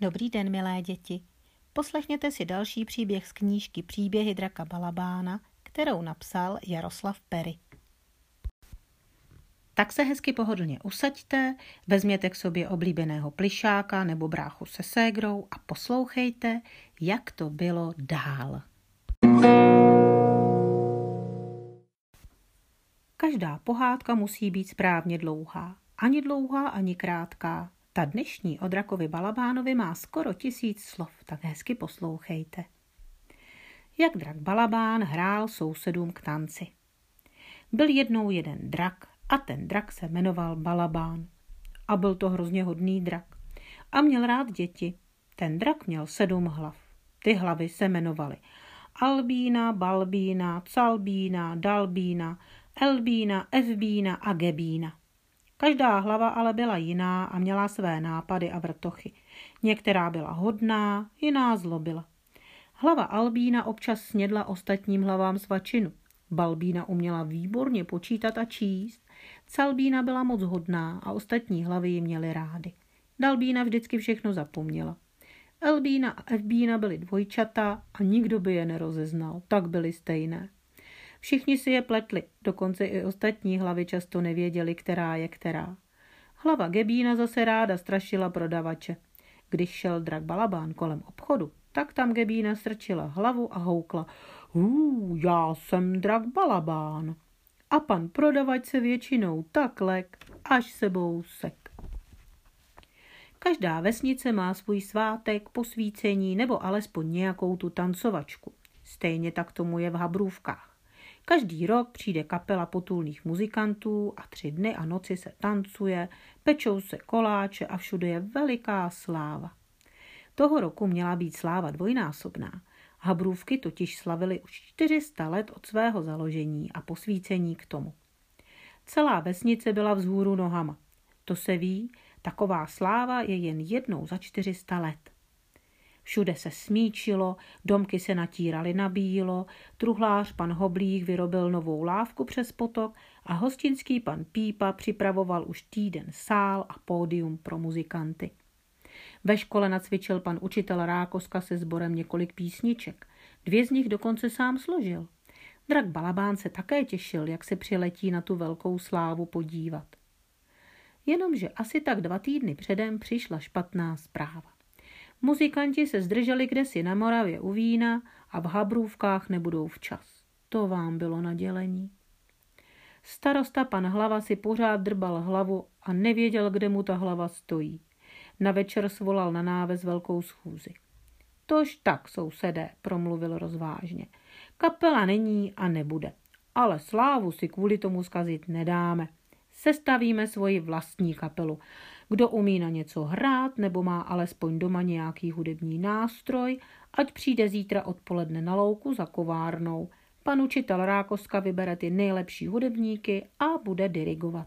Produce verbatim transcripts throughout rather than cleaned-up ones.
Dobrý den, milé děti. Poslechněte si další příběh z knížky Příběhy draka Balabána, kterou napsal Jaroslav Perry. Tak se hezky pohodlně usaďte, vezměte k sobě oblíbeného plišáka nebo bráchu se ségrou a poslouchejte, jak to bylo dál. Každá pohádka musí být správně dlouhá. Ani dlouhá, ani krátká. Ta dnešní o drakovi Balabánovi má skoro tisíc slov, tak hezky poslouchejte. Jak drak Balabán hrál sousedům k tanci. Byl jednou jeden drak a ten drak se jmenoval Balabán. A byl to hrozně hodný drak. A měl rád děti. Ten drak měl sedm hlav. Ty hlavy se jmenovaly Albína, Balbína, Calbína, Dalbína, Elbína, Evbína a Gebína. Každá hlava ale byla jiná a měla své nápady a vrtochy. Některá byla hodná, jiná zlobila. Hlava Albína občas snědla ostatním hlavám svačinu. Balbína uměla výborně počítat a číst. Calbína byla moc hodná a ostatní hlavy ji měly rády. Dalbína vždycky všechno zapomněla. Elbína a Evbína byly dvojčata a nikdo by je nerozeznal, tak byly stejné. Všichni si je pletli, dokonce i ostatní hlavy často nevěděli, která je která. Hlava Gebína zase ráda strašila prodavače. Když šel drak Balabán kolem obchodu, tak tam Gebína strčila hlavu a houkla: Hů, já jsem drak Balabán. A pan prodavač se většinou tak lek, až sebou sek. Každá vesnice má svůj svátek, posvícení nebo alespoň nějakou tu tancovačku. Stejně tak tomu je v Habrůvkách. Každý rok přijde kapela potulných muzikantů a tři dny a noci se tancuje, pečou se koláče a všude je veliká sláva. Toho roku měla být sláva dvojnásobná. Habrůvky totiž slavily už čtyři sta let od svého založení a posvícení k tomu. Celá vesnice byla vzhůru nohama. To se ví, taková sláva je jen jednou za čtyři sta let. Všude se smíčilo, domky se natíraly na bílo, truhlář pan Hoblík vyrobil novou lávku přes potok a hostinský pan Pípa připravoval už týden sál a pódium pro muzikanty. Ve škole nacvičil pan učitel Rákoska se sborem několik písniček. Dvě z nich dokonce sám složil. Drak Balabán se také těšil, jak se přiletí na tu velkou slávu podívat. Jenomže asi tak dva týdny předem přišla špatná zpráva. Muzikanti se zdrželi kdesi na Moravě u vína a v Habrůvkách nebudou včas. To vám bylo na dělení. Starosta pan Hlava si pořád drbal hlavu a nevěděl, kde mu ta hlava stojí. Na večer svolal na náves velkou schůzi. Tož tak, sousedé, promluvil rozvážně. Kapela není a nebude, ale slávu si kvůli tomu zkazit nedáme. Sestavíme svoji vlastní kapelu. Kdo umí na něco hrát nebo má alespoň doma nějaký hudební nástroj, ať přijde zítra odpoledne na louku za kovárnou. Pan učitel Rákoska vybere ty nejlepší hudebníky a bude dirigovat.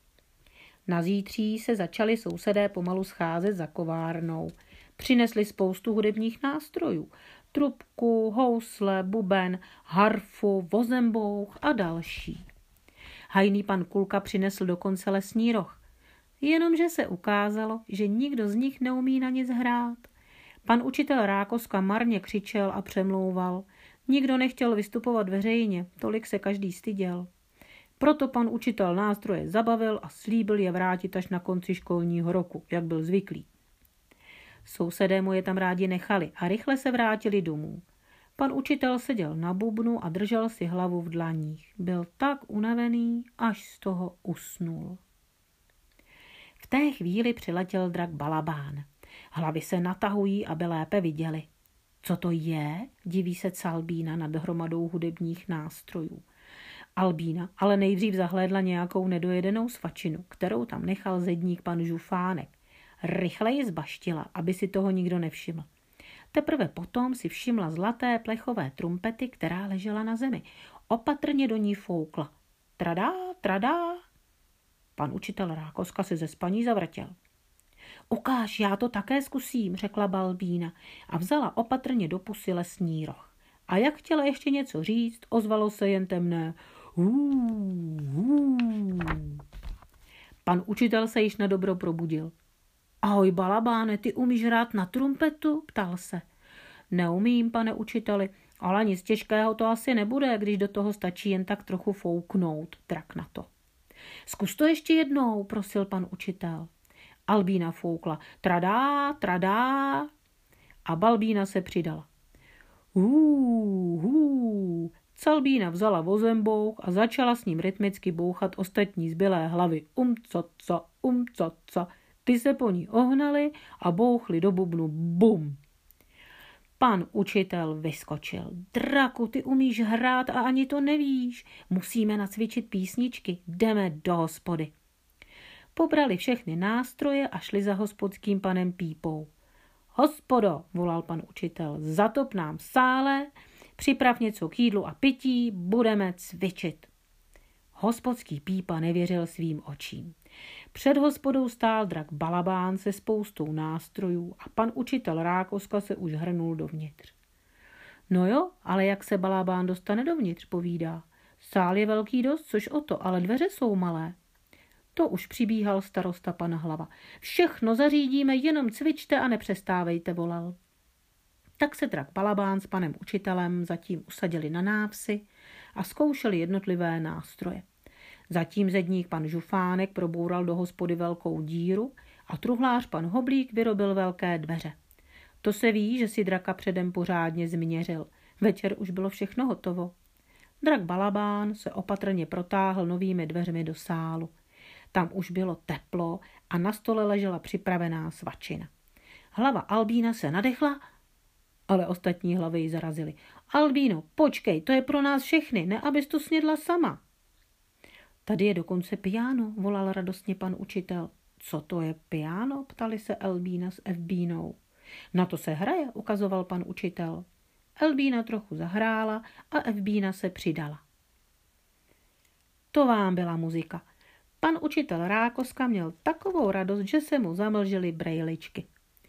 Na zítří se začali sousedé pomalu scházet za kovárnou. Přinesli spoustu hudebních nástrojů. Trubku, housle, buben, harfu, vozembouch a další. Hajný pan Kulka přinesl dokonce lesní roh. Jenomže se ukázalo, že nikdo z nich neumí na nic hrát. Pan učitel Rákoska marně křičel a přemlouval. Nikdo nechtěl vystupovat veřejně, tolik se každý styděl. Proto pan učitel nástroje zabavil a slíbil je vrátit až na konci školního roku, jak byl zvyklý. Sousedé mu je tam rádi nechali a rychle se vrátili domů. Pan učitel seděl na bubnu a držel si hlavu v dlaních. Byl tak unavený, až z toho usnul. V té chvíli přiletěl drak Balabán. Hlavy se natahují, aby lépe viděli. Co to je? Diví se Calbína nad hromadou hudebních nástrojů. Albína ale nejdřív zahlédla nějakou nedojedenou svačinu, kterou tam nechal zedník pan Žufánek. Rychle ji zbaštila, aby si toho nikdo nevšiml. Teprve potom si všimla zlaté plechové trumpety, která ležela na zemi. Opatrně do ní foukla. Tradá, tradá. Pan učitel Rákoska se ze spaní zavrtěl. Ukáž, já to také zkusím, řekla Balbína a vzala opatrně do pusy lesní roh. A jak chtěla ještě něco říct, ozvalo se jen temné hů, hů. Pan učitel se již na dobro probudil. Ahoj Balabáne, ty umíš hrát na trumpetu? Ptal se. Neumím, pane učiteli, ale nic těžkého to asi nebude, když do toho stačí jen tak trochu fouknout, drak na to. Zkus to ještě jednou, prosil pan učitel. Albína foukla. Tradá, tradá. A Balbína se přidala. Hů, hů. Calbína vzala vozembouch a začala s ním rytmicky bouchat ostatní zbylé hlavy. Um, ca, ca, um, ca, ca. Ty se po ní ohnali a bouchli do bubnu. Bum. Pan učitel vyskočil. Draku, ty umíš hrát a ani to nevíš. Musíme nacvičit písničky. Jdeme do hospody. Pobrali všechny nástroje a šli za hospodským panem Pípou. Hospodo, volal pan učitel, zatop nám v sále, připrav něco k jídlu a pití, budeme cvičit. Hospodský Pípa nevěřil svým očím. Před hospodou stál drak Balabán se spoustou nástrojů a pan učitel Rákoska se už hrnul dovnitř. No jo, ale jak se Balabán dostane dovnitř, povídá. Sál je velký dost, což o to, ale dveře jsou malé. To už přibíhal starosta pana Hlava. Všechno zařídíme, jenom cvičte a nepřestávejte, volal. Tak se drak Balabán s panem učitelem zatím usadili na návsi a zkoušeli jednotlivé nástroje. Zatím zedník pan Žufánek proboural do hospody velkou díru a truhlář pan Hoblík vyrobil velké dveře. To se ví, že si draka předem pořádně změřil. Večer už bylo všechno hotovo. Drak Balabán se opatrně protáhl novými dveřmi do sálu. Tam už bylo teplo a na stole ležela připravená svačina. Hlava Albína se nadechla, ale ostatní hlavy ji zarazily. Albíno, počkej, to je pro nás všechny, ne abys to snědla sama. Tady je dokonce piano, volal radostně pan učitel. Co to je piano? Ptali se Albína s Evbínou. Na to se hraje, ukazoval pan učitel. Albína trochu zahrála a Evbína se přidala. To vám byla muzika. Pan učitel Rákoska měl takovou radost, že se mu zamlžily brejličky.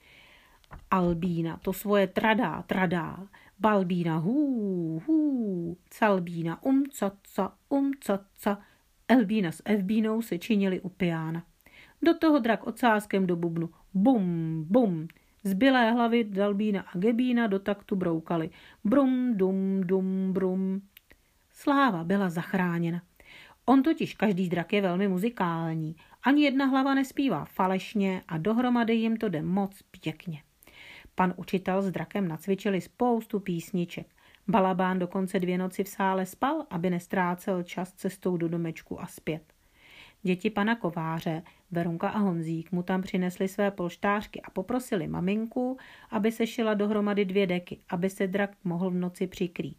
Albína to svoje tradá, tradá, Balbína hů, hů, Calbína um, ca, ca, um, ca, ca, Elbína s Evbínou se činili u piána. Do toho drak ocáskem do bubnu. Bum, bum. Zbylé hlavy Dalbína a Gebína do taktu broukali. Brum, dum, dum, brum. Sláva byla zachráněna. On totiž každý drak je velmi muzikální. Ani jedna hlava nespívá falešně a dohromady jim to jde moc pěkně. Pan učitel s drakem nacvičili spoustu písniček. Balabán dokonce dvě noci v sále spal, aby nestrácel čas cestou do domečku a zpět. Děti pana kováře, Verunka a Honzík, mu tam přinesli své polštářky a poprosili maminku, aby se šila dohromady dvě deky, aby se drak mohl v noci přikrýt.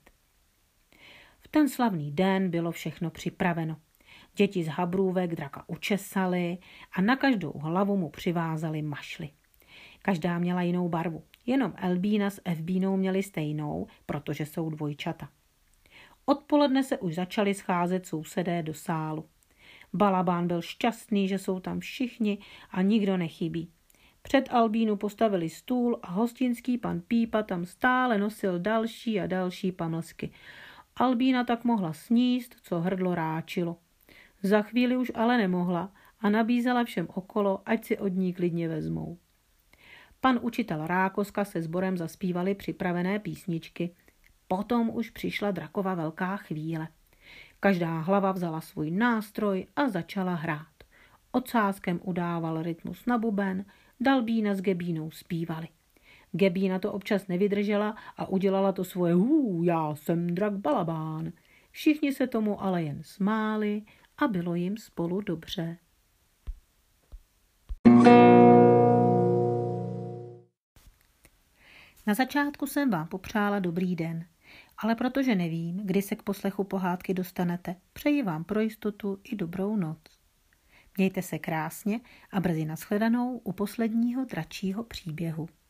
V ten slavný den bylo všechno připraveno. Děti z habrůvek draka učesali a na každou hlavu mu přivázali mašly. Každá měla jinou barvu, jenom Elbína s Evbínou měli stejnou, protože jsou dvojčata. Odpoledne se už začali scházet sousedé do sálu. Balabán byl šťastný, že jsou tam všichni a nikdo nechybí. Před Albínu postavili stůl a hostinský pan Pípa tam stále nosil další a další pamlsky. Albína tak mohla sníst, co hrdlo ráčilo. Za chvíli už ale nemohla a nabízela všem okolo, ať si od ní klidně vezmou. Pan učitel Rákoska se sborem zaspívali připravené písničky. Potom už přišla drakova velká chvíle. Každá hlava vzala svůj nástroj a začala hrát. Ocáskem udával rytmus na buben, Dalbína s Gebínou zpívali. Gebína to občas nevydržela a udělala to svoje hů, já jsem drak Balabán. Všichni se tomu ale jen smáli a bylo jim spolu dobře. Na začátku jsem vám popřála dobrý den, ale protože nevím, kdy se k poslechu pohádky dostanete, přeji vám pro jistotu i dobrou noc. Mějte se krásně a brzy nashledanou u posledního dračího příběhu.